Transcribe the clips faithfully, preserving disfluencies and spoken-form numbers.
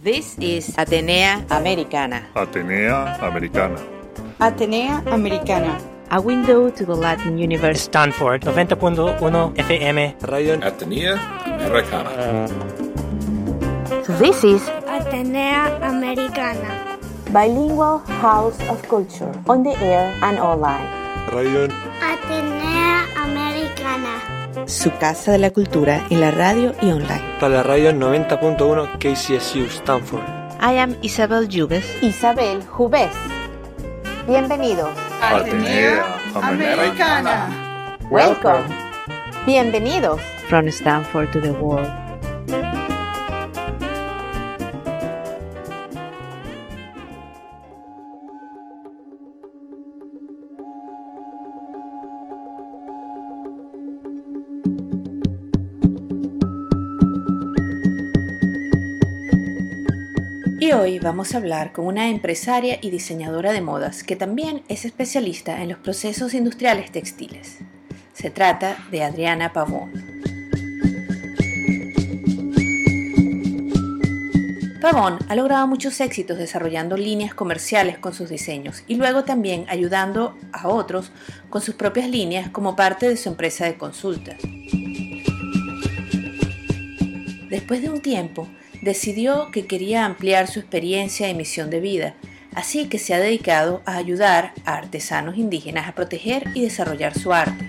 This is Atenea Americana. Atenea Americana. Atenea Americana. A window to the Latin universe. Stanford noventa punto uno F M. Radio Atenea Americana. This is Atenea Americana. Bilingual House of Culture, on the air and online. Radio Atenea Americana. Su casa de la cultura en la radio y online. Para la radio noventa punto uno K C S U Stanford. I am Isabel Jubes. Isabel Jubes. Bienvenidos. Atenea Americana. Welcome. Bienvenidos. From Stanford to the world. Y hoy vamos a hablar con una empresaria y diseñadora de modas que también es especialista en los procesos industriales textiles. Se trata de Adriana Pavón. Pavón ha logrado muchos éxitos desarrollando líneas comerciales con sus diseños y luego también ayudando a otros con sus propias líneas como parte de su empresa de consultas. Después de un tiempo, decidió que quería ampliar su experiencia y misión de vida, así que se ha dedicado a ayudar a artesanos indígenas a proteger y desarrollar su arte.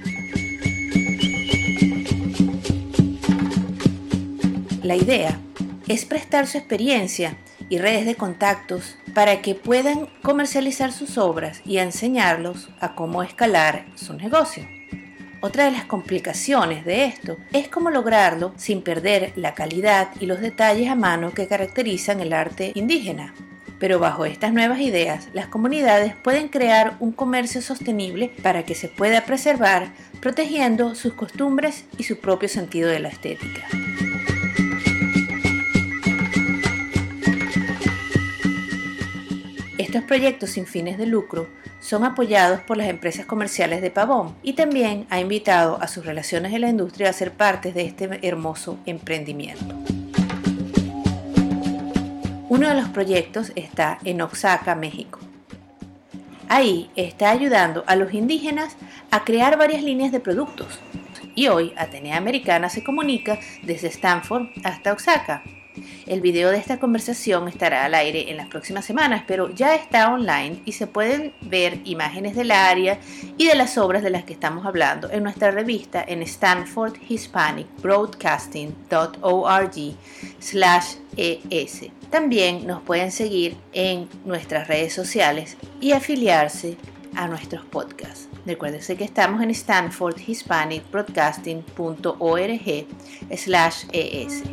La idea es prestar su experiencia y redes de contactos para que puedan comercializar sus obras y enseñarlos a cómo escalar su negocio. Otra de las complicaciones de esto es cómo lograrlo sin perder la calidad y los detalles a mano que caracterizan el arte indígena. Pero bajo estas nuevas ideas, las comunidades pueden crear un comercio sostenible para que se pueda preservar, protegiendo sus costumbres y su propio sentido de la estética. Estos proyectos sin fines de lucro son apoyados por las empresas comerciales de Pavón y también ha invitado a sus relaciones en la industria a ser parte de este hermoso emprendimiento. Uno de los proyectos está en Oaxaca, México. Ahí está ayudando a los indígenas a crear varias líneas de productos y hoy Atenea Americana se comunica desde Stanford hasta Oaxaca. El video de esta conversación estará al aire en las próximas semanas, pero ya está online y se pueden ver imágenes del área y de las obras de las que estamos hablando en nuestra revista en stanford hispanic broadcasting punto org slash es. También nos pueden seguir en nuestras redes sociales y afiliarse a nuestros podcasts. Recuérdense que estamos en stanford hispanic broadcasting punto org slash es.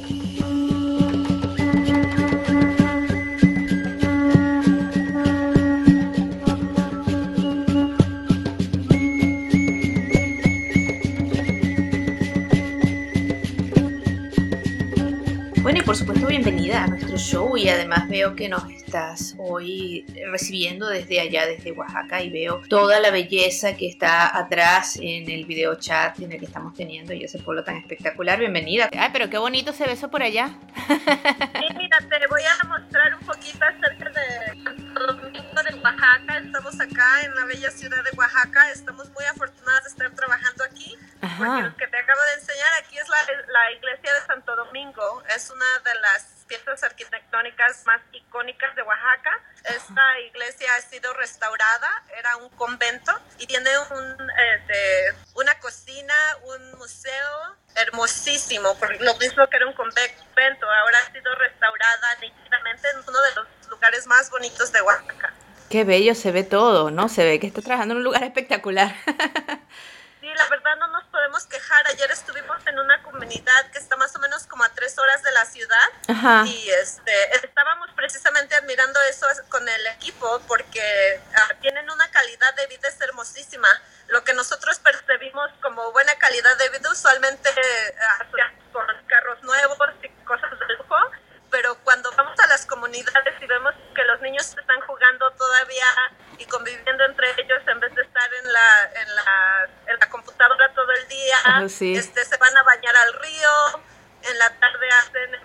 Bueno, y por supuesto bienvenida a nuestro show y además veo que nos estás hoy recibiendo desde allá, desde Oaxaca, y veo toda la belleza que está atrás en el video chat en el que estamos teniendo y ese pueblo tan espectacular. Bienvenida. Ay, pero qué bonito se ve eso por allá. Sí, mira, te voy a mostrar un poquito acerca de de Oaxaca. Estamos acá en la bella ciudad de Oaxaca. Estamos muy afortunadas de estar trabajando aquí. Ajá. Porque lo que te acabo de enseñar aquí es la, la iglesia de Santo Domingo. Es una de las piezas arquitectónicas más icónicas de Oaxaca. Esta iglesia ha sido restaurada, era un convento y tiene un, este, una cocina, un museo hermosísimo, por lo mismo que era un convento, ahora ha sido restaurada nítidamente en uno de los lugares más bonitos de Oaxaca. Qué bello se ve todo, ¿no? Se ve que está trabajando en un lugar espectacular. Sí, la verdad no nos podemos quejar. Ayer estuvimos en una comunidad que está más o menos como a tres horas de la ciudad. Ajá. Y este, estábamos precisamente admirando eso con el equipo porque uh, tienen una calidad de vida es hermosísima. Lo que nosotros percibimos como buena calidad de vida usualmente uh, con carros nuevos y cosas de lujo. Pero cuando vamos a las comunidades y vemos que los niños están jugando todavía y conviviendo entre ellos en vez de estar en la, en la, en la computadora todo el día, oh, sí. este, se van a bañar al río, en la tarde hacen eventos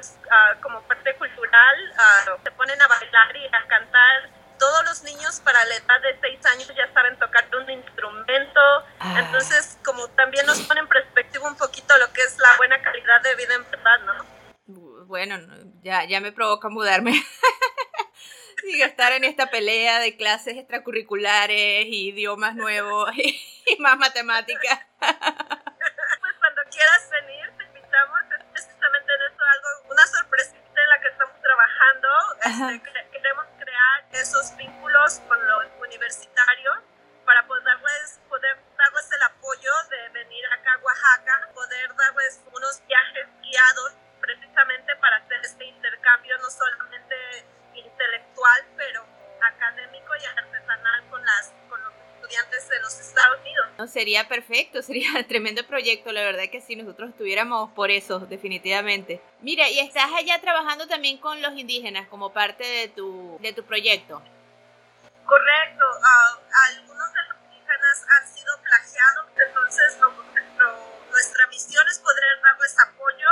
pues uh, como parte cultural, uh, se ponen a bailar y a cantar. Todos los niños para la edad de seis años ya saben tocar un instrumento, ah. entonces como también nos pone en perspectiva un poquito lo que es la buena calidad de vida en verdad, ¿no? Bueno, ya, ya me provoca mudarme y estar en esta pelea de clases extracurriculares y idiomas nuevos y más matemáticas. Pues cuando quieras venir, te invitamos, es precisamente en eso algo, una sorpresita en la que estamos trabajando. Este, queremos crear esos vínculos con los universitarios para poder darles, poder darles el apoyo de venir acá a Oaxaca, poder darles unos viajes guiados precisamente para hacer este intercambio no solamente intelectual, pero académico y artesanal con las con los estudiantes de los Estados Unidos. No, sería perfecto, sería un tremendo proyecto, la verdad que sí, nosotros estuviéramos por eso, definitivamente. Mira, y estás allá trabajando también con los indígenas como parte de tu, de tu proyecto. Correcto, uh, algunos de los indígenas han sido plagiados, entonces no, no, nuestra misión es poder darles apoyo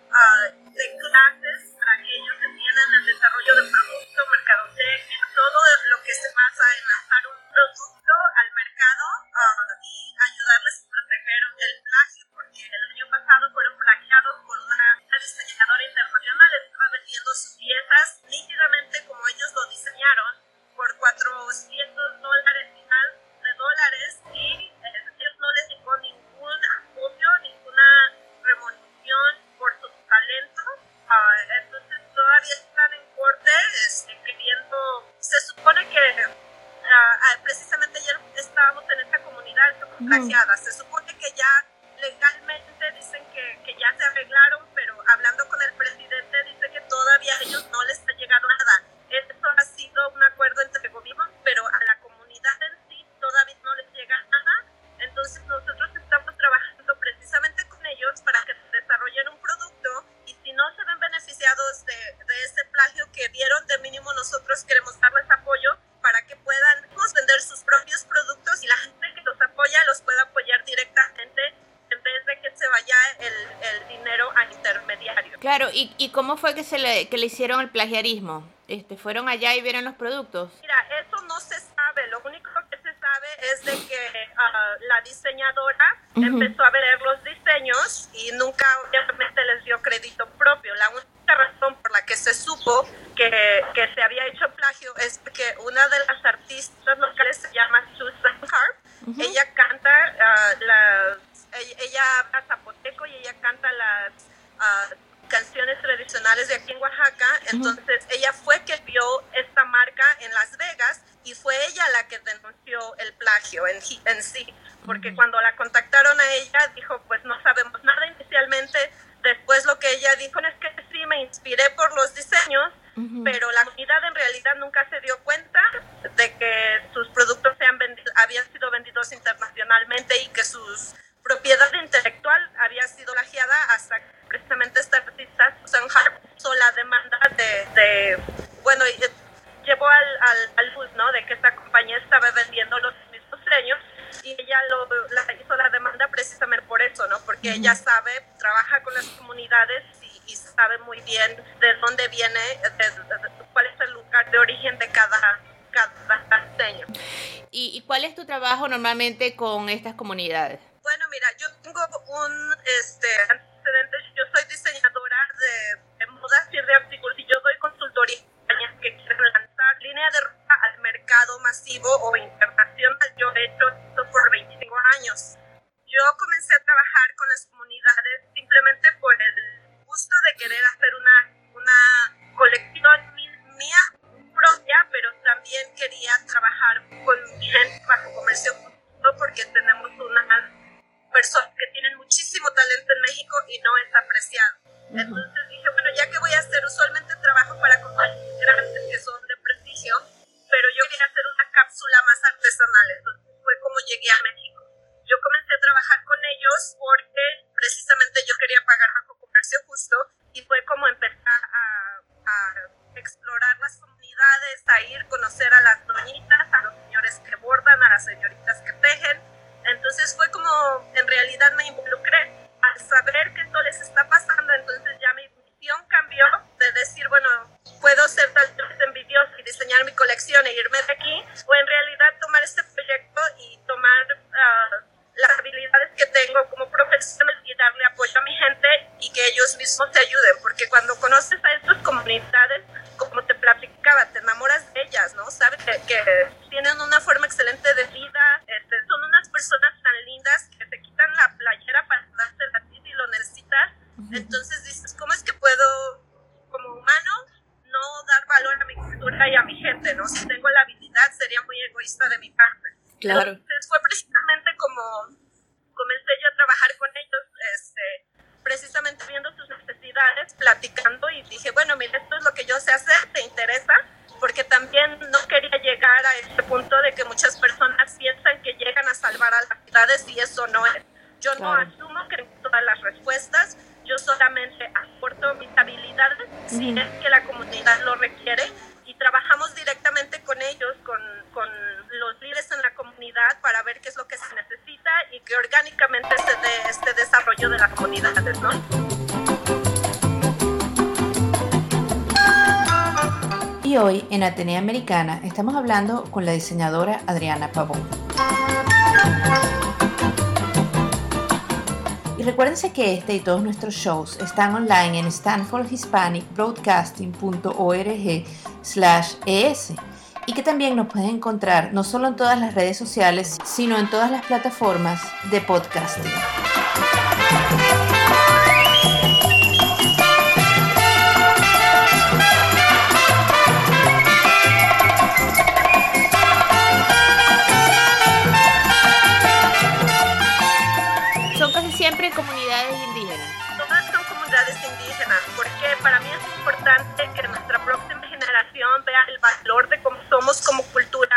uh, de clases para que ellos entiendan el desarrollo de producto, mercadotecnia, todo lo que se basa en lanzar un producto al mercado uh, y ayudarles a proteger el plagio, porque el año pasado fueron plagiados por una, una diseñadora internacional, estaba vendiendo sus piezas nítidamente como ellos lo diseñaron por cuatrocientos dólares y más de dólares y eh, ellos no les llegó ningún apoyo, ninguna remuneración por su talento. Uh, entonces todavía están en corte este, queriendo, se supone que uh, uh, precisamente ayer estábamos en esta comunidad plagiada, se supone que ya legalmente dicen que, que ya se arreglaron, pero hablando con el presidente dice que todavía a ellos no les ha llegado nada. Esto ha sido un acuerdo entre gobiernos, pero a la comunidad en sí todavía no les llega nada. Entonces nosotros estamos trabajando precisamente con ellos para que desarrollen un producto y si no se ven beneficiados de, de ese plagio que dieron, de mínimo nosotros queremos darles apoyo para que puedan pues, vender sus propios productos y la gente que los apoya los pueda apoyar directamente en vez de que se vaya el, el dinero a intermediarios. Claro, ¿y, y cómo fue que se le, que le hicieron el plagiarismo? Este, ¿Fueron allá y vieron los productos? Mira, eso no se sabe. Lo único que se sabe es de que uh, la diseñadora uh-huh. empezó a ver los diseños y nunca obviamente les dio crédito propio. La única razón por la que se supo que, que se había hecho plagio es que una de las artistas locales se llama Susan Harp. Uh-huh. Ella canta uh, las... Ella habla zapoteco y ella canta las uh, canciones tradicionales de aquí en Oaxaca. Entonces uh-huh. ella fue que vio esta marca en Las Vegas y fue ella la que denunció el plagio en, en sí, porque uh-huh. cuando la contactaron a ella dijo pues no sabemos nada inicialmente. Después lo que ella dijo es que sí me inspiré por los diseños, uh-huh. pero la comunidad en realidad nunca se dio cuenta de que sus productos sean vendi- habían sido vendidos internacionalmente y que sus propiedad intelectual había sido plagiada hasta que precisamente esta artista Susan Harp hizo la demanda de, de bueno, llevó al, al, al luz, ¿no? De que esta compañía estaba vendiendo los mismos diseños y ella lo, la, hizo la demanda precisamente por eso, ¿no? Porque uh-huh. ella sabe, trabaja con las comunidades y, y sabe muy bien de dónde viene, de, de, de, cuál es el lugar de origen de cada, cada diseño. ¿Y, ¿Y cuál es tu trabajo normalmente con estas comunidades? Bueno, mira, yo tengo un este, antecedente, yo soy diseñadora de, de modas y de artículos y yo doy consultoría a compañías que quieren lanzar línea de ropa al mercado masivo o internacional. Yo he hecho esto por veinticinco años. Yo comencé a trabajar con las comunidades simplemente por el gusto de querer hacer una, una colección mía propia, pero también quería trabajar con gente bajo comercio justo porque tenemos unas personas que tienen muchísimo talento en México y no es apreciado. Uh-huh. Entonces dije, bueno, ya que voy a hacer, usualmente trabajo para compañías grandes que son de prestigio, pero yo quería hacer una cápsula más artesanal, entonces fue como llegué a México. Yo comencé a trabajar con ellos porque precisamente yo quería pagar bajo comercio justo y fue como empezar a, a explorar las comunidades, a ir, conocer a las doñitas, a los señores que bordan, a las señoritas que tejen. Entonces fue como, en realidad me involucré al saber que esto les está pasando, entonces ya mi misión cambió Entonces dices, ¿cómo es que puedo, como humano, no dar valor a mi cultura y a mi gente, ¿no? Si tengo la habilidad, sería muy egoísta de mi parte. Claro. Entonces fue precisamente como comencé yo a trabajar con ellos, este, precisamente viendo sus necesidades, platicando, y dije, bueno, mira, esto es lo que yo sé hacer, ¿te interesa? Porque también no quería llegar a este punto de que muchas personas piensan que llegan a salvar a las ciudades y eso no es. Yo no Claro. asumo que tengo todas las respuestas, yo solamente aporto mis habilidades si es que la comunidad lo requiere, y trabajamos directamente con ellos, con, con los líderes en la comunidad, para ver qué es lo que se necesita y que orgánicamente se dé este desarrollo de las comunidades, ¿no? Y hoy en Atenea Americana estamos hablando con la diseñadora Adriana Pavón. Y recuérdense que este y todos nuestros shows están online en stanford hispanic broadcasting punto org slash es y que también nos pueden encontrar no solo en todas las redes sociales, sino en todas las plataformas de podcasting. Son casi siempre comunidades indígenas. Todas son comunidades indígenas, porque para mí es importante que nuestra próxima generación vea el valor de cómo somos como cultura,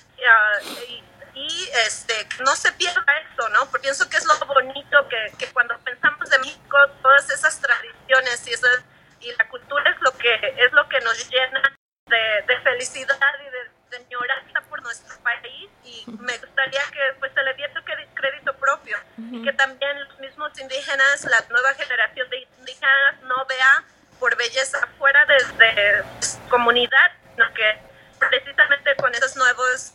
uh, y, y este, que no se pierda eso, ¿no? Porque pienso que es lo bonito que, que cuando pensamos de México, todas esas tradiciones y, eso, y la cultura es lo que, es lo que nos llena de, de felicidad y de, de añoranza por nuestro país, y me gustaría que pues, se le diera crédito propio, uh-huh. y que también los mismos indígenas, la nueva generación de indígenas, no vea por belleza fuera de, de comunidad, sino que precisamente con esos nuevos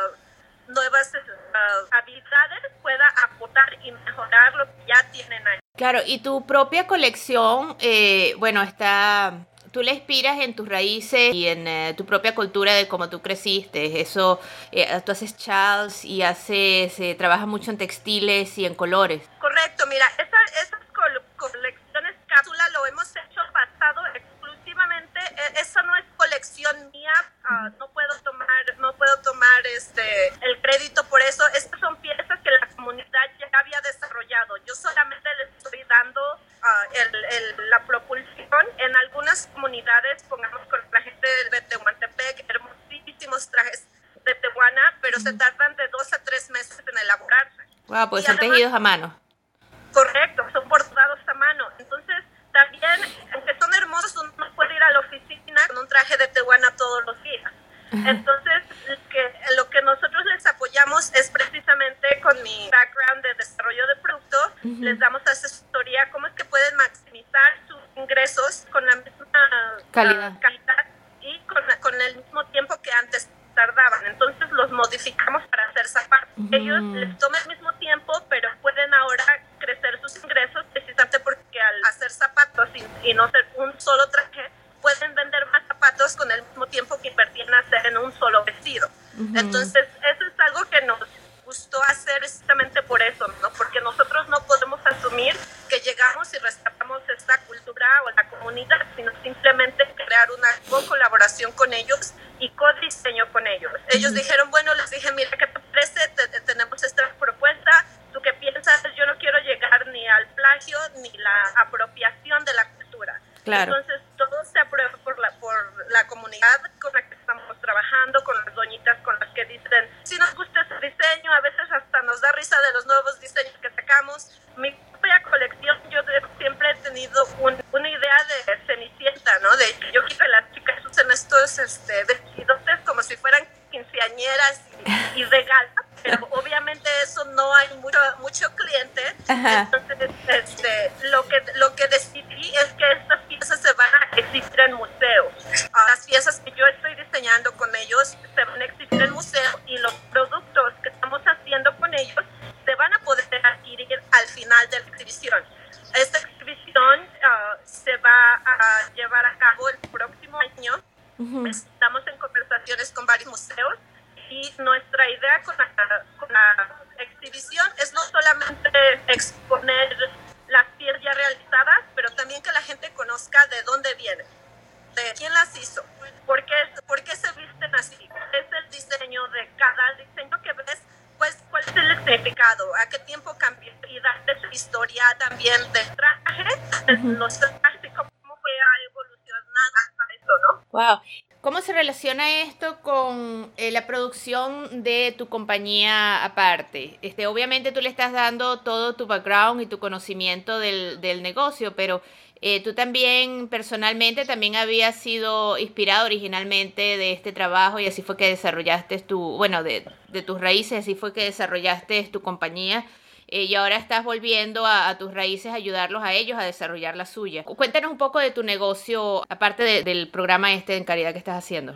uh, nuevas uh, habilidades pueda aportar y mejorar lo que ya tienen ahí. Claro, y tu propia colección, eh, bueno, está... Tú le inspiras en tus raíces y en eh, tu propia cultura de cómo tú creciste. Eso, eh, tú haces chals y haces, eh, trabajas mucho en textiles y en colores. Correcto, mira, esa, esas col- colecciones cápsula lo hemos hecho basado exclusivamente, eh, esa no es colección mía, uh, no puedo tomar, no puedo tomar este, el crédito por eso. Estas son piezas que la comunidad ya había desarrollado. Yo solamente les estoy dando uh, el, el, la propulsión. En algunas comunidades, pongamos con la gente de Tehuantepec, hermosísimos trajes de Tehuana, pero mm. se tardan de dos a tres meses en elaborarse. Wow, pues y son además, tejidos a mano. Correcto, son bordados a mano. Entonces, también, aunque son hermosos, uno no puede ir a la oficina con un traje de Tehuana todos los días. Uh-huh. Entonces, que, lo que nosotros les apoyamos es precisamente con mi background de desarrollo de producto, uh-huh. les damos asesoría cómo es que pueden maximizar sus ingresos con la misma calidad, uh, calidad y con, con el mismo tiempo que antes tardaban. Entonces los modificamos para hacer zapatos. Uh-huh. Ellos les toma el mismo tiempo, pero pueden ahora crecer sus ingresos precisamente porque al hacer zapatos y, y no ser un solo traje, pueden vender más zapatos con el mismo tiempo que invertían hacer en un solo vestido. Uh-huh. Entonces eso es algo que nos gustó hacer precisamente por eso, ¿no? Porque nosotros no podemos asumir que llegamos y rescatamos esta cultura o la comunidad, sino simplemente crear una co-colaboración con ellos y co-diseño con ellos. Ellos uh-huh. dijeron, bueno, les dije, mira, ¿qué te parece? Te, te, tenemos esta propuesta, ¿tú qué piensas? Yo no quiero llegar ni al plagio ni la apropiación de la cultura. Claro. Entonces todo se aprueba por la, por la comunidad con la que estamos trabajando, con las doñitas con las que dicen, si nos gusta ese diseño, a veces hasta nos da risa de los nuevos diseños que sacamos. Mi propia colección, yo siempre he tenido un, una idea de Cenicienta, ¿no? De que yo quiero que las chicas usen estos este, vestidos como si fueran quinceañeras y, y de gala, pero obviamente eso no hay mucho, mucho cliente. Ajá. Entonces este, lo, que, lo que decidí es que estas piezas se van a exhibir en museos. Uh, las piezas que yo estoy diseñando con ellos se van a exhibir en museos, y los productos que estamos haciendo con ellos se van a poder adquirir al final de la exhibición. Esta exhibición uh, se va a llevar a cabo el próximo año. Uh-huh. Estamos en conversaciones con varios museos, y nuestra idea con la, con la exhibición es no solamente exponer las piezas ya realizadas, pero también también que la gente conozca de dónde vienen, de quién las hizo, por qué, por qué se visten así, es el diseño de cada diseño que ves, pues cuál es el significado, a qué tiempo cambió y darte su historia también del traje, uh-huh. los trajes, cómo fue evolucionando hasta eso, ¿no? Wow. ¿Cómo se relaciona esto con eh, la producción de tu compañía aparte? Este, obviamente tú le estás dando todo tu background y tu conocimiento del, del negocio, pero eh, tú también personalmente también habías sido inspirado originalmente de este trabajo y así fue que desarrollaste tu, bueno, de, de tus raíces, así fue que desarrollaste tu compañía. Eh, y ahora estás volviendo a, a tus raíces a ayudarlos a ellos a desarrollar la suya. Cuéntanos un poco de tu negocio, aparte de, del programa este en caridad que estás haciendo.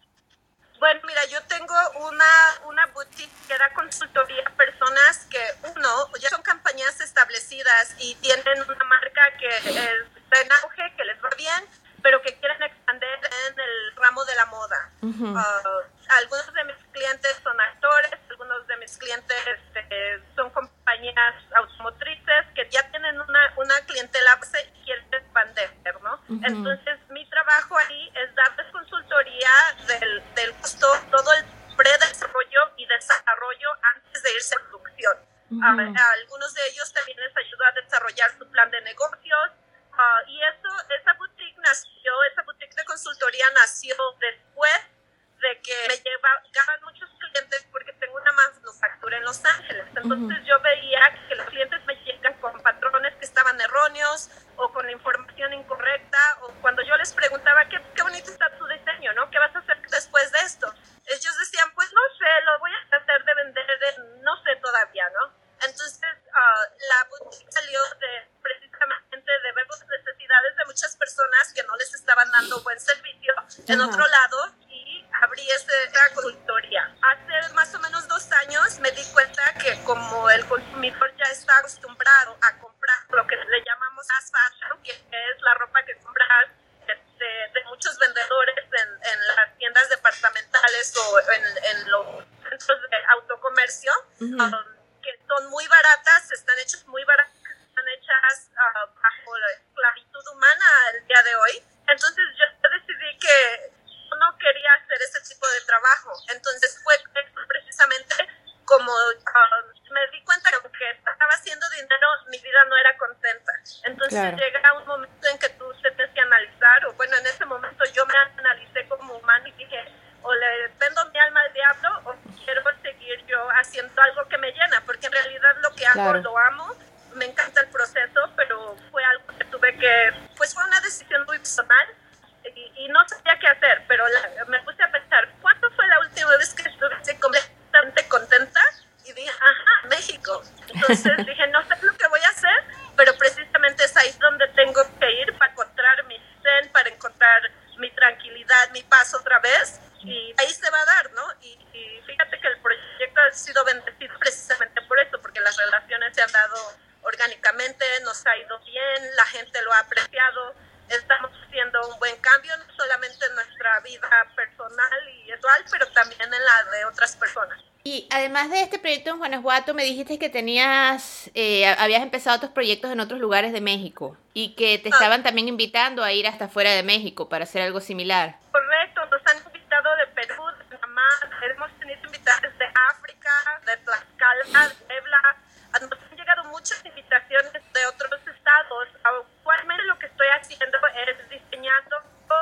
Bueno, mira, yo tengo una, una boutique que da consultoría a personas que, uno, ya son compañías establecidas y tienen una marca que está en auge, que les va bien, pero que quieren expandir en el ramo de la moda. Uh-huh. Uh, algunos de mis clientes son actores, algunos de mis clientes este, son compañías automotrices que ya tienen una, una clientela base y quieren expandir, ¿no? Uh-huh. Entonces, mi trabajo ahí es darles consultoría del, del costo, todo el predesarrollo y desarrollo antes de irse a producción. Uh-huh. Uh, a algunos de ellos también les ayuda a desarrollar su plan de negocios. Uh, y eso, esa boutique nació, esa boutique de consultoría nació después de que me llegaban muchos clientes porque tengo una manufactura en Los Ángeles. Entonces uh-huh. yo veía que los clientes me llegan con patrones que estaban erróneos o con la información incorrecta, o cuando yo les preguntaba qué, qué bonito está tu diseño, ¿no? ¿Qué vas a hacer después de esto? Ellos decían, pues no sé, lo voy a tratar de vender, de, no sé todavía, ¿no? Entonces uh, la boutique salió de precisamente de ver las necesidades de muchas personas que no les estaban dando buen servicio uh-huh. en otro lado, y abrí esta consultoría. Hace más o menos dos años me di cuenta que como el consumidor ya está acostumbrado a comprar lo que le llamamos fast fashion, que es la ropa que compras este, de muchos vendedores en, en las tiendas departamentales o en, en los centros de autocomercio, uh-huh. um, que son muy baratas, están hechas muy baratas, están hechas uh, bajo la esclavitud humana el día de hoy. Entonces yo decidí que yo no quería hacer ese tipo de trabajo. Entonces fue precisamente como uh, me di cuenta que aunque estaba haciendo dinero, mi vida no era contenta. Entonces claro. llega un momento en que tú te tienes que analizar, o bueno, en ese momento yo me analicé como humano y dije, o le vendo mi alma al diablo o quiero seguir yo haciendo algo que me llena, porque en realidad lo que hago claro. lo amo, me encanta el proceso, pero fue algo que tuve que, pues fue una decisión muy personal y, y no sabía qué hacer, pero la, me puse a pensar, ¿cuándo fue la última vez que estuve completamente contenta? Y dije, ajá, México. Entonces dije, no sé lo que voy a hacer, pero precisamente es ahí donde tengo que ir para encontrar mi zen, para encontrar mi tranquilidad, mi paz otra vez, y ahí se va a dar, ¿no? Y, y fíjate que el proyecto ha sido bendecido precisamente por eso, porque las relaciones se han dado orgánicamente, nos ha ido bien, la gente lo ha apreciado, estamos haciendo un buen cambio, no solamente en nuestra vida personal y espiritual, pero también en la de otras personas. Y además de este proyecto en Guanajuato, me dijiste que tenías, eh, habías empezado otros proyectos en otros lugares de México y que te estaban también invitando a ir hasta fuera de México para hacer algo similar. Correcto, nos han invitado de Perú, de Panamá, hemos tenido invitados de África, de Tlaxcala, de Puebla, nos han llegado muchas invitaciones de otros estados. Actualmente lo que estoy haciendo es diseñando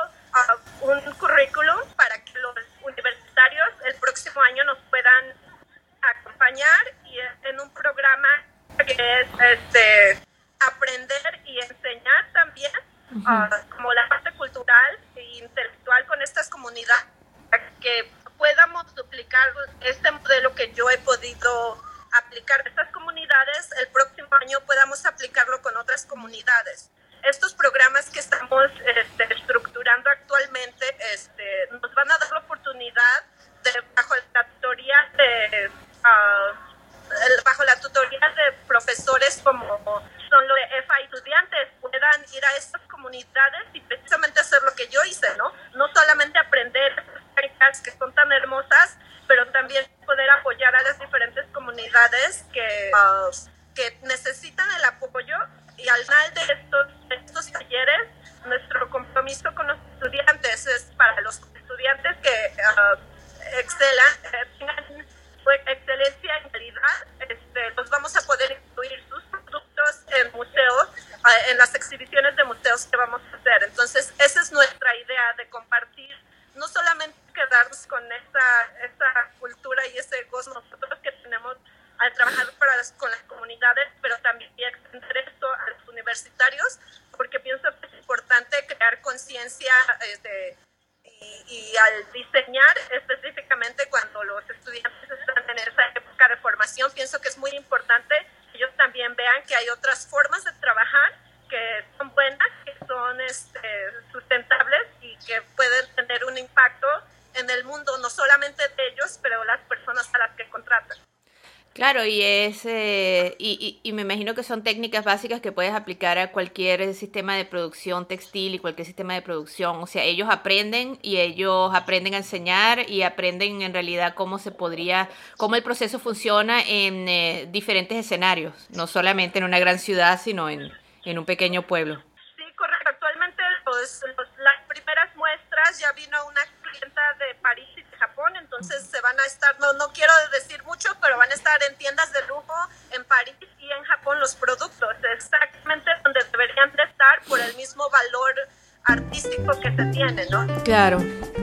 uh, un currículum para que los universitarios el próximo año nos puedan acompañar y en un programa que es este, aprender y enseñar también uh-huh. uh, como la parte cultural e intelectual con estas comunidades, para que podamos duplicar este modelo que yo he podido aplicar en estas comunidades, el próximo año podamos aplicarlo con otras comunidades. Estos programas que estamos este, estructurando actualmente este, nos van a dar la oportunidad de, bajo la tutoría de uh, bajo la tutoría de profesores como son los de E F A, estudiantes puedan ir a estas comunidades y precisamente hacer lo que yo hice, ¿no? No solamente aprender estas técnicas que son tan hermosas, pero también poder apoyar a las diferentes comunidades que, uh, que necesitan el apoyo, y al final de estos, de estos talleres nuestro compromiso con los estudiantes es para los estudiantes que uh, excelan, eh, tengan excelencia en calidad, este, los vamos a poder incluir sus productos en museos, uh, en las exhibiciones de museos que vamos a hacer. Entonces, esa es nuestra idea de compartir, no solamente quedarnos con esa, esa cultura y ese gozo nosotros que tenemos al trabajar para las, con las comunidades, pero también extender esto a los universitarios, porque pienso que es importante crear conciencia este, y, y al diseñar específicamente cuando los estudiantes están en esa época de formación, pienso que es muy importante que ellos también vean que hay otras formas de trabajar que son buenas, que son este, sustentables y que pueden tener un impacto en el mundo, no solamente de ellos, pero las personas a las que contratan. Claro, y es eh, y, y, y me imagino que son técnicas básicas que puedes aplicar a cualquier sistema de producción textil y cualquier sistema de producción. O sea, ellos aprenden y ellos aprenden a enseñar y aprenden en realidad cómo se podría, cómo el proceso funciona en eh, diferentes escenarios, no solamente en una gran ciudad, sino en, en un pequeño pueblo. Sí, correcto. Actualmente los, los, las primeras muestras ya vino una clienta de París y de Japón, entonces se van a estar, no, no quiero decir mucho, pero van a estar en tiendas de lujo en París y en Japón los productos, exactamente donde deberían de estar por el mismo valor artístico que se tiene, ¿no? Claro.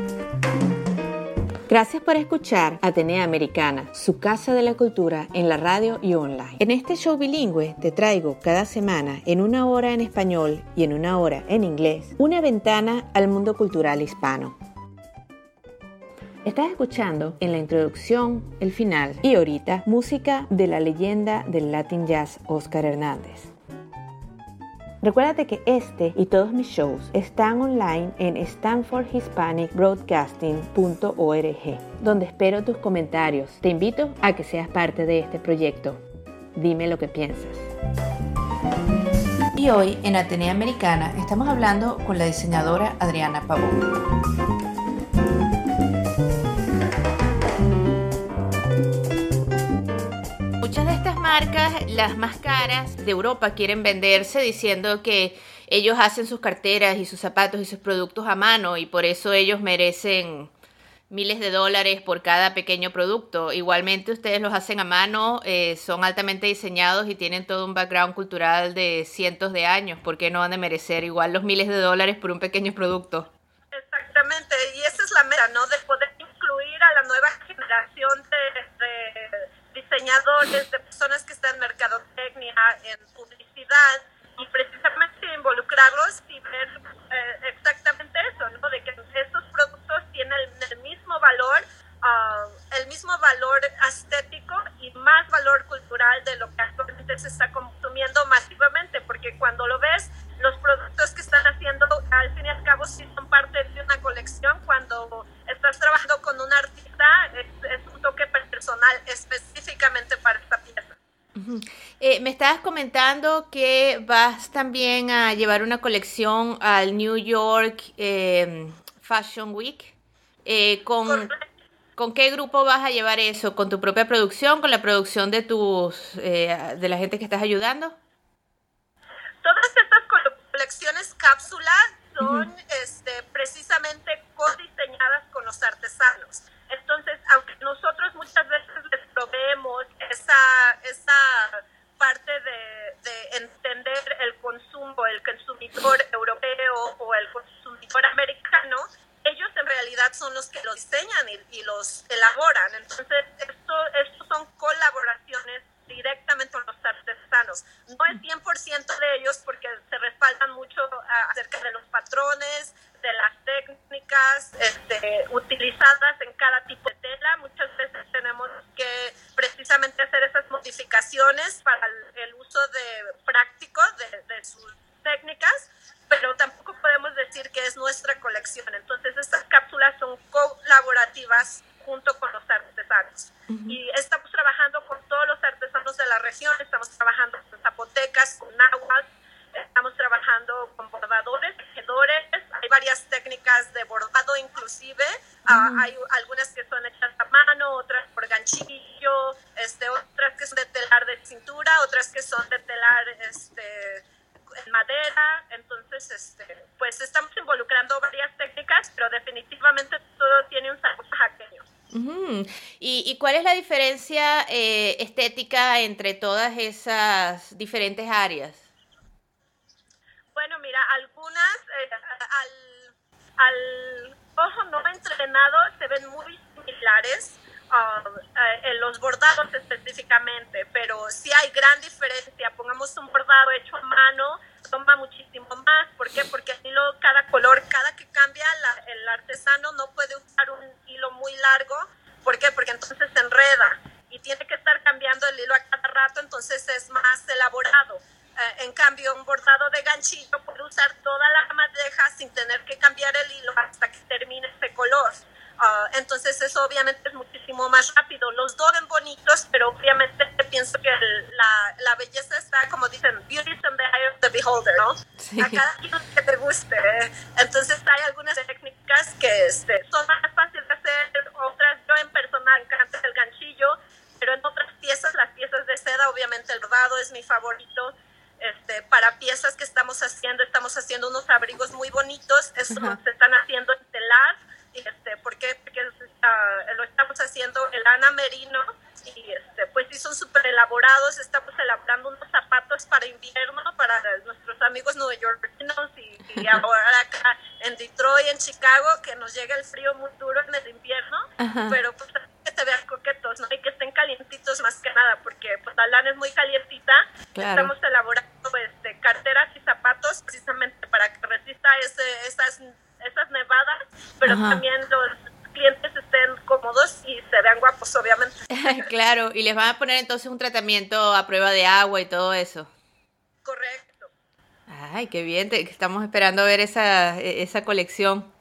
Gracias por escuchar Atenea Americana, su casa de la cultura en la radio y online. En este show bilingüe te traigo cada semana, en una hora en español y en una hora en inglés, una ventana al mundo cultural hispano. Estás escuchando en la introducción, el final y ahorita música de la leyenda del Latin Jazz Oscar Hernández. Recuérdate que este y todos mis shows están online en stanford hispanic broadcasting punto org, donde espero tus comentarios. Te invito a que seas parte de este proyecto. Dime lo que piensas. Y hoy en Atenea Americana estamos hablando con la diseñadora Adriana Pavón. Muchas de estas marcas, las más caras de Europa, quieren venderse diciendo que ellos hacen sus carteras y sus zapatos y sus productos a mano y por eso ellos merecen miles de dólares por cada pequeño producto. Igualmente ustedes los hacen a mano, eh, son altamente diseñados y tienen todo un background cultural de cientos de años. ¿Por qué no van a merecer igual los miles de dólares por un pequeño producto? Exactamente, y esa es la meta, ¿no? De poder incluir a la nueva generación de, de diseñadores, de personas que están en mercadotecnia, en publicidad, y precisamente involucrarlos y ver eh, exactamente eso, ¿no? De que estos productos tienen el, el mismo valor, uh, el mismo valor estético y más valor cultural de lo que actualmente se está consumiendo masivamente, porque cuando lo ves, los productos que están haciendo, al fin y al cabo, sí son parte de una colección. Cuando estás trabajando con un artista, es, es un toque personal específicamente para esta pieza. Uh-huh. Eh, me estabas comentando que vas también a llevar una colección al New York eh, Fashion Week. Eh, con, ¿Con qué grupo vas a llevar eso? ¿Con tu propia producción? ¿Con la producción de tus eh, de la gente que estás ayudando? Todas estas colecciones cápsulas son uh-huh. este, precisamente codiseñadas con los artesanos. Entonces, aunque nosotros muchas veces les proveemos esa, esa parte de, de entender el consumo, el consumidor europeo o el consumidor americano, ellos en realidad son los que los diseñan y, y los elaboran. Entonces, esto, esto son colaboraciones directamente con los artesanos. No es cien por ciento de ellos porque se respaldan mucho a, acerca de los patrones, de las técnicas este, utilizadas en cada tipo de tela. Muchas veces tenemos que precisamente hacer esas modificaciones para el, el uso de práctico de, de sus técnicas, pero tampoco podemos decir que es nuestra colección. Entonces estas cápsulas son colaborativas junto con los artesanos. Uh-huh. Y estamos trabajando con todos los artesanos de la región, estamos trabajando con zapotecas, con náhuatl, estamos trabajando con bordadores, tejedores, hay varias técnicas de bordado inclusive, uh-huh. uh, hay algunas que son hechas a mano, otras por ganchillo, este, otras que son de telar de cintura, otras que son de telar este, en madera, entonces este, pues estamos involucrando varias técnicas, pero definitivamente todo tiene un sabor oaxaqueño. Uh-huh. ¿Y, ¿Y cuál es la diferencia eh, estética entre todas esas diferentes áreas? Bueno, mira, algunas eh, al, al ojo no entrenado se ven muy similares. Uh, uh, en los bordados específicamente, pero sí hay gran diferencia. Pongamos un bordado hecho a mano, toma muchísimo más. ¿Por qué? Porque el hilo, cada color, cada que cambia, la, el artesano no puede usar un hilo muy largo. ¿Por qué? Porque entonces se enreda y tiene que estar cambiando el hilo a cada rato, entonces es más elaborado. Uh, en cambio, un bordado de ganchillo puede usar toda la madeja sin tener que cambiar el hilo hasta que termine ese color. Uh, entonces eso obviamente es muchísimo más rápido. Los dos ven bonitos, pero obviamente pienso que el, la, la belleza está, como dicen, beauty is in the eye of the beholder, ¿no? Sí. A cada quien que te guste. ¿eh? Entonces hay algunas técnicas que este, son más fáciles de hacer, otras yo en personal me encanta el ganchillo, pero en otras piezas, las piezas de seda, obviamente el bordado es mi favorito. Este, para piezas que estamos haciendo, estamos haciendo unos abrigos muy bonitos, eso uh-huh. se están haciendo en telar. Este, ¿por qué? Porque uh, lo estamos haciendo en lana merino y este, pues sí son súper elaborados. Estamos elaborando unos zapatos para invierno para nuestros amigos neoyorquinos y, y ahora acá en Detroit, en Chicago, que nos llega el frío muy duro en el invierno, uh-huh. pero pues que te vean coquetos, ¿no? Y que estén calientitos más que nada, porque pues la lana es muy calientita. Claro. Estamos elaborando este, carteras y zapatos precisamente para que resista ese, esas esas nevadas, pero Ajá. también los clientes estén cómodos y se vean guapos, obviamente. Claro, y les van a poner entonces un tratamiento a prueba de agua y todo eso. Correcto. Ay, qué bien, te, estamos esperando ver esa, esa colección.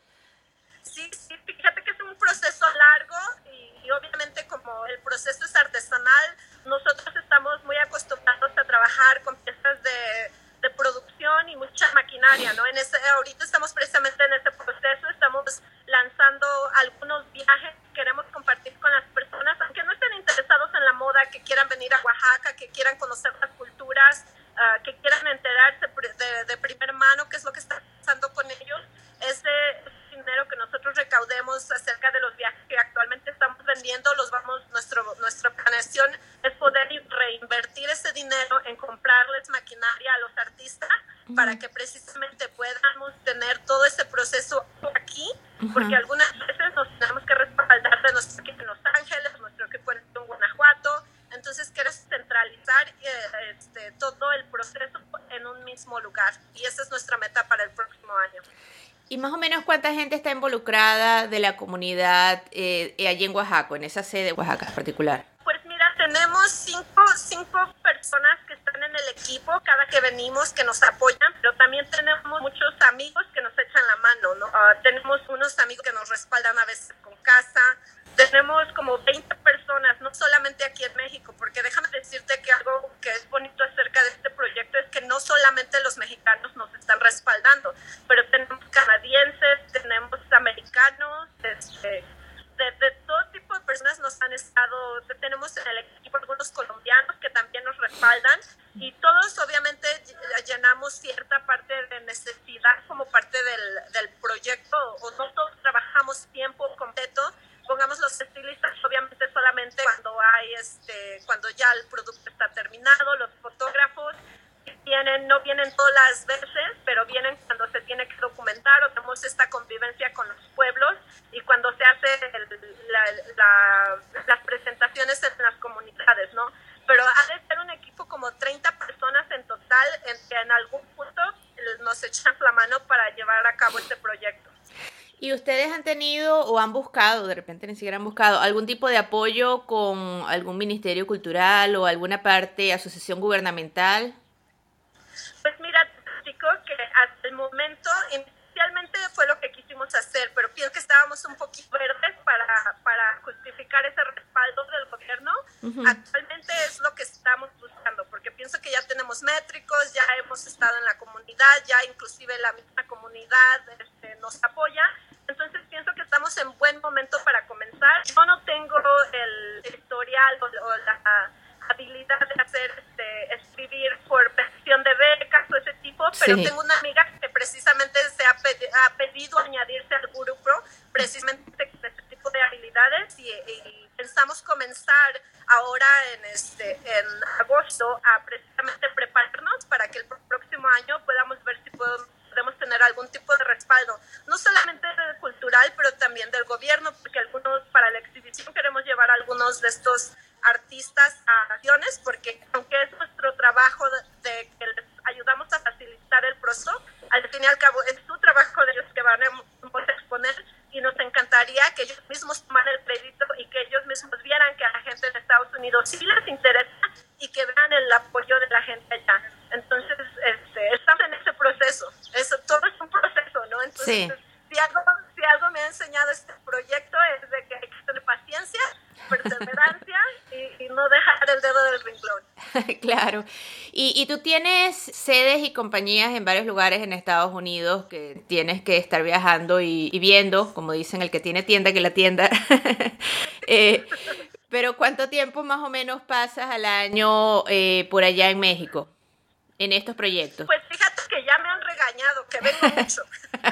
Sí, sí, fíjate que es un proceso largo y, y obviamente como el proceso es artesanal, nosotros estamos muy acostumbrados a trabajar con piezas de de producción y mucha maquinaria, ¿no? En ese, ahorita estamos precisamente en ese proceso, estamos lanzando algunos viajes que queremos compartir con las personas, aunque no estén interesados en la moda, que quieran venir a Oaxaca, que quieran conocer las culturas, uh, que quieran enterarse de, de primera mano qué es lo que está pasando con ellos. Ese dinero que nosotros recaudemos acerca de los viajes que actualmente estamos vendiendo, los vamos, nuestro, nuestra planeación es poder reinvertir ese dinero en comprarles maquinaria a los artistas uh-huh. para que precisamente podamos tener todo ese proceso aquí, uh-huh. porque algunas veces nos tenemos que respaldar de nuestro equipo en Los Ángeles, nuestro equipo en Guanajuato, entonces queremos centralizar eh, este, todo el proceso en un mismo lugar y esa es nuestra meta para el próximo año. ¿Y más o menos cuánta gente está involucrada de la comunidad eh, allí en Oaxaca, en esa sede de Oaxaca en particular? Pues mira, tenemos cinco, cinco personas que están en el equipo cada que venimos, que nos apoyan, pero también tenemos muchos amigos que nos echan la mano, ¿no? Uh, tenemos unos amigos que nos respaldan a veces con casa, tenemos como veinte personas, no solamente aquí en México, porque déjame decirte que algo que es bonito acerca de este proyecto es que no solamente los mexicanos nos están respaldando, pero tenemos canadienses, tenemos americanos, este, de, de todo tipo de personas nos han estado, tenemos en el equipo algunos colombianos que también nos respaldan y todos obviamente llenamos cierta parte de necesidad como parte del, del proyecto, o no todos trabajamos tiempo completo. Pongamos los estilistas obviamente solamente cuando hay este cuando ya el producto está terminado, los fotógrafos vienen, no vienen todas las veces, pero vienen cuando se tiene que documentar o tenemos esta convivencia con los pueblos y cuando se hace el, la, la, las presentaciones en las comunidades, ¿no? Pero ha de ser un equipo como treinta personas en total en que en algún punto nos echan la mano para llevar a cabo este proyecto. ¿Y ustedes han tenido o han buscado, de repente ni siquiera han buscado, algún tipo de apoyo con algún ministerio cultural o alguna parte, asociación gubernamental? Pues mira, chico, que hasta el momento, inicialmente fue lo que quisimos hacer, pero pienso que estábamos un poquito verdes para, para justificar ese respaldo del gobierno. Uh-huh. Actualmente es lo que estamos buscando, porque pienso que ya tenemos métricos, ya hemos estado en la comunidad, ya inclusive la misma comunidad este, nos apoya. Entonces pienso que estamos en buen momento para comenzar. Yo no tengo el historial o, o la habilidad de hacer, este, escribir por petición de becas o ese pero Sí. tengo una amiga que precisamente se ha, pedi- ha pedido añadirse al grupo precisamente con este tipo de habilidades y, y pensamos comenzar ahora en, este, en agosto a precisamente prepararnos para que el próximo año podamos ver si podemos, podemos tener algún tipo de respaldo, no solamente cultural, pero también del gobierno, porque algunos, para la exhibición queremos llevar a algunos de estos artistas a acciones, porque aunque es nuestro trabajo de, de que les ayudamos a facilitar el proceso, al fin y al cabo es su trabajo de ellos que van a exponer y nos encantaría que ellos mismos tomaran el crédito y que ellos mismos vieran que a la gente de Estados Unidos sí les interesa y que vean el apoyo de la gente allá. Entonces, este, estamos en ese proceso. Eso, todo es un proceso, ¿no? Entonces, Sí. si, algo, si algo me ha enseñado este proyecto es de que hay que tener paciencia, perseverancia y, y no dejar el dedo del renglón. Claro. Y, y tú tienes sedes y compañías en varios lugares en Estados Unidos que tienes que estar viajando y, y viendo, como dicen, el que tiene tienda que la tienda. eh, pero ¿cuánto tiempo más o menos pasas al año eh, por allá en México, en estos proyectos? Pues fíjate que ya me han regañado, que vengo mucho.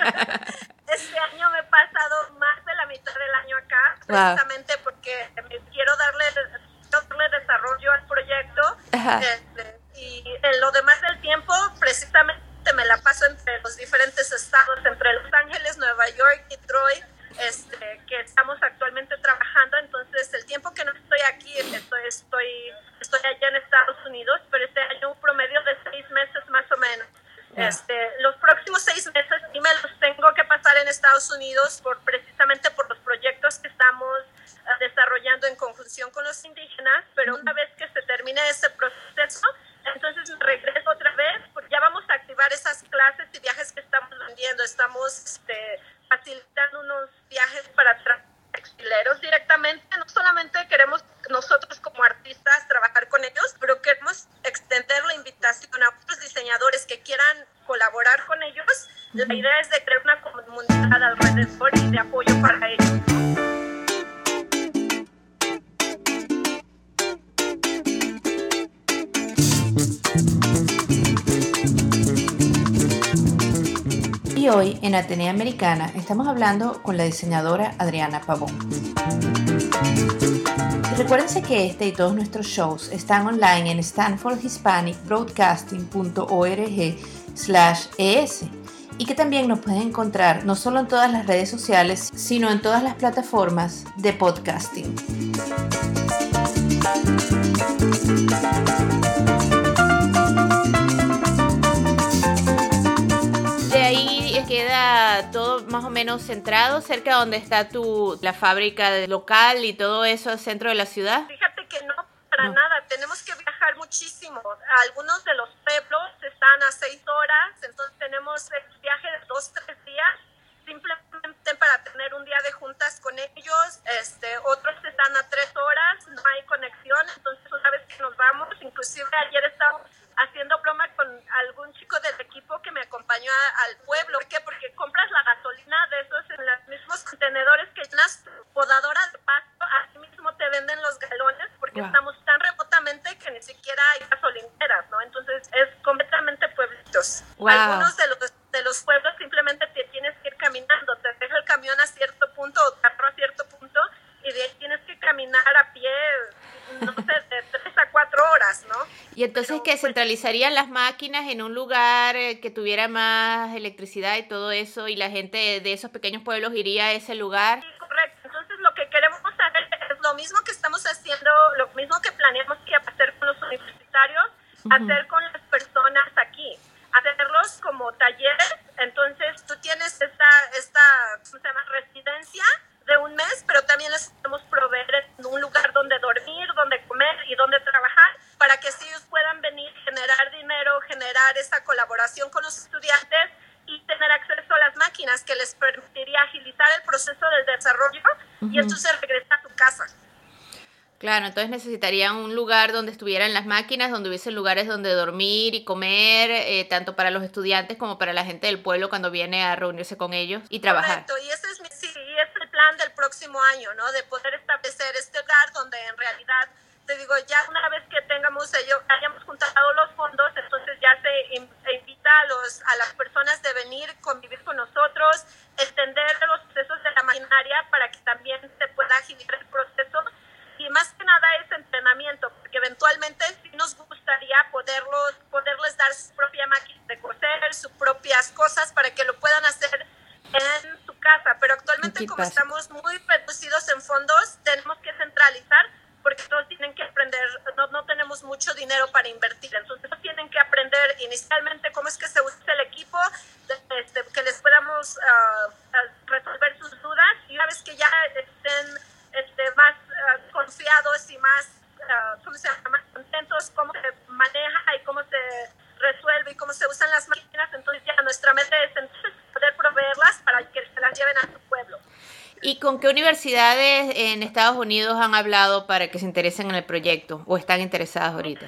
Este año me he pasado más de la mitad del año acá, precisamente wow. porque me quiero darle, darle desarrollo al proyecto. Este, y en lo demás del tiempo, precisamente me la paso entre los diferentes estados, entre Los Ángeles, Nueva York, Detroit, este, que estamos actualmente trabajando. Entonces, el tiempo que no estoy aquí, estoy, estoy, estoy allá en Estados Unidos, pero este año un promedio de seis meses más o menos. Este, los próximos seis meses sí me los tengo que pasar en Estados Unidos por, precisamente por los proyectos que estamos uh, desarrollando en conjunción con los indígenas, pero una vez que se termine ese proceso, entonces me regreso otra vez, porque ya vamos a activar esas clases y viajes que estamos vendiendo. Estamos este, facilitando unos viajes para textileros directamente. No solamente queremos nosotros como artistas trabajar con ellos, pero queremos extender la invitación a otros diseñadores que quieran colaborar con ellos. La idea es de crear una comunidad alrededor y de apoyo para ellos. Y hoy en Atenea Americana estamos hablando con la diseñadora Adriana Pavón. Recuérdense que este y todos nuestros shows están online en stanford hispanic broadcasting punto org slash es y que también nos pueden encontrar no solo en todas las redes sociales, sino en todas las plataformas de podcasting. De ahí queda todo más o menos centrado cerca de donde está tu la fábrica local y todo eso al centro de la ciudad. Fíjate que no, para no. nada, tenemos que viajar muchísimo. Algunos de los pueblos están a seis horas, entonces tenemos el viaje de dos, tres días, simplemente para tener un día de juntas con ellos. Este, otros están a tres horas, no hay conexión, entonces una vez que nos vamos, inclusive ayer estábamos haciendo broma con algún chico del equipo que me acompañó a, al pueblo. ¿Por qué? Porque compras la gasolina de esos en los mismos contenedores que llenas podadoras de pasto, así mismo te venden los galones, porque wow. estamos tan remotamente que ni siquiera hay gasolineras, ¿no? Entonces es completamente pueblitos. Wow. Algunos de los, de los pueblos simplemente te tienes que ir caminando, te deja el camión a cierto punto o carro a cierto punto y de ahí tienes que caminar a pie, no sé, de tres a cuatro horas, ¿no? Y entonces Pero, que pues, centralizarían las máquinas en un lugar que tuviera más electricidad y todo eso, y la gente de esos pequeños pueblos iría a ese lugar. Sí, correcto. Entonces lo que queremos hacer es lo mismo que estamos haciendo, lo mismo que planeamos que hacer con los universitarios, uh-huh. hacer con las personas aquí, hacerlos como talleres. Entonces tú tienes esta, esta ¿cómo se llama? Residencia de un mes, pero también les podemos proveer un lugar donde dormir, donde comer y donde trabajar, para que así ellos puedan venir, generar dinero, generar esa colaboración con los estudiantes y tener acceso a las máquinas que les permitiría agilizar el proceso del desarrollo uh-huh. y entonces regresa a su casa. Claro, entonces necesitarían un lugar donde estuvieran las máquinas, donde hubiesen lugares donde dormir y comer, eh, tanto para los estudiantes como para la gente del pueblo cuando viene a reunirse con ellos y trabajar. Correcto, y ese es, mi, sí, y es el plan del próximo año, ¿no? De poder establecer este hogar donde en realidad, te digo, ya una vez que tengamos ello, hayamos juntado los fondos, entonces ya se invita a los los, a las personas de venir, convivir con nosotros, extender los procesos de la maquinaria para que también se pueda agilizar el proceso. Y más que nada es entrenamiento, porque eventualmente sí nos gustaría poderlos, poderles dar su propia máquina de coser, sus propias cosas para que lo puedan hacer en su casa. Pero actualmente, como estamos muy reducidos en fondos, tenemos que centralizar porque todos tienen que aprender, no, no tenemos mucho dinero para invertir, entonces tienen que aprender inicialmente cómo es que se usa el equipo, este, que les podamos uh, uh, resolver sus dudas, y una vez que ya estén este, más uh, confiados y más, uh, ¿cómo se llama? más contentos cómo se maneja y cómo se resuelve y cómo se usan las máquinas, entonces ya nuestra meta es entonces poder proveerlas para que se las lleven a su pueblo. ¿Y con qué universidades en Estados Unidos han hablado para que se interesen en el proyecto o están interesadas ahorita?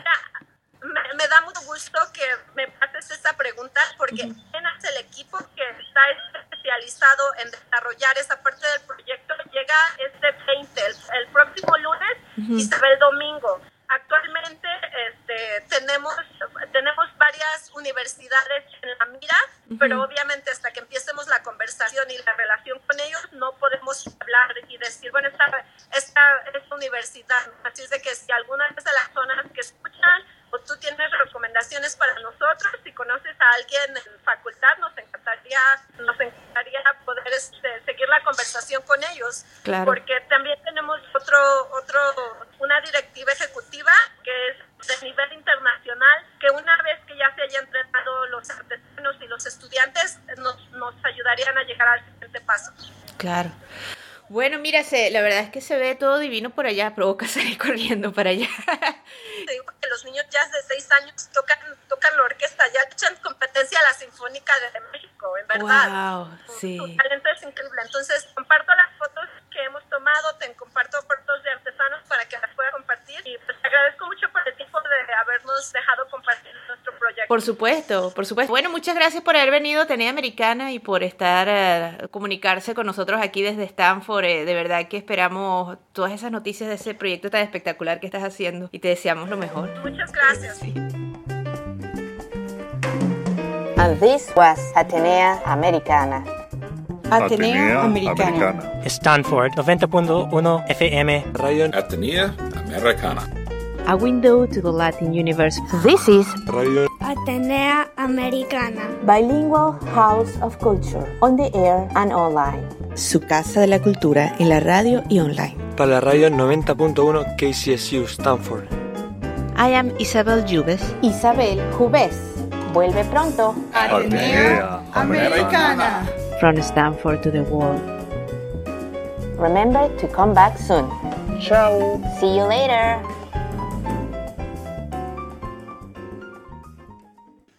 Me, me da mucho gusto que me pases esta pregunta porque uh-huh. apenas el equipo que está especializado en desarrollar esa parte del proyecto llega este veinte, el, el próximo lunes uh-huh. y se ve el domingo. Actualmente este, tenemos, tenemos varias universidades en la mira, uh-huh. pero obviamente hasta que empecemos la conversación y la relación con ellos no podemos hablar y decir, bueno, esta, esta, esta universidad. Así es de que si alguna de las zonas que escuchan o tú tienes recomendaciones para nosotros, si conoces a alguien en facultad, nos encantaría, nos encantaría poder este, seguir la conversación con ellos. Claro. Porque también tenemos otro, otro, una directiva ejecutiva que es de nivel internacional, que una vez que ya se hayan entrenado los artesanos y los estudiantes, nos, nos ayudarían a llegar al siguiente paso. Claro. Bueno, mira, se, la verdad es que se ve todo divino por allá, provoca salir corriendo para allá. Te digo que los niños ya de seis años tocan, tocan la orquesta, ya echan competencia a la Sinfónica de México, en verdad. Wow, sí. Su talento es increíble. Entonces, comparto las fotos que hemos tomado, te comparto fotos de artesanos para que las pueda compartir. Y pues te agradezco mucho por el tiempo de habernos dejado compartir nuestro proyecto. Por supuesto, por supuesto. Bueno, muchas gracias por haber venido, Atenea Americana, y por estar, uh, comunicarse con nosotros aquí desde Stanford. Eh, de verdad que esperamos todas esas noticias de ese proyecto tan espectacular que estás haciendo y te deseamos lo mejor. Muchas gracias. Sí. And this was Atenea Americana. Atenea Americana. Stanford noventa punto uno F M. Radio Atenea Americana. A window to the Latin universe. This is Radio Atenea Americana. Bilingual House of Culture, on the air and online. Su casa de la cultura en la radio y online. Para la radio noventa punto uno K C S U Stanford. I am Isabel Jubes. Isabel Jubes. Vuelve pronto. Atenea Americana. From Stanford to the world. Remember to come back soon. Ciao. See you later.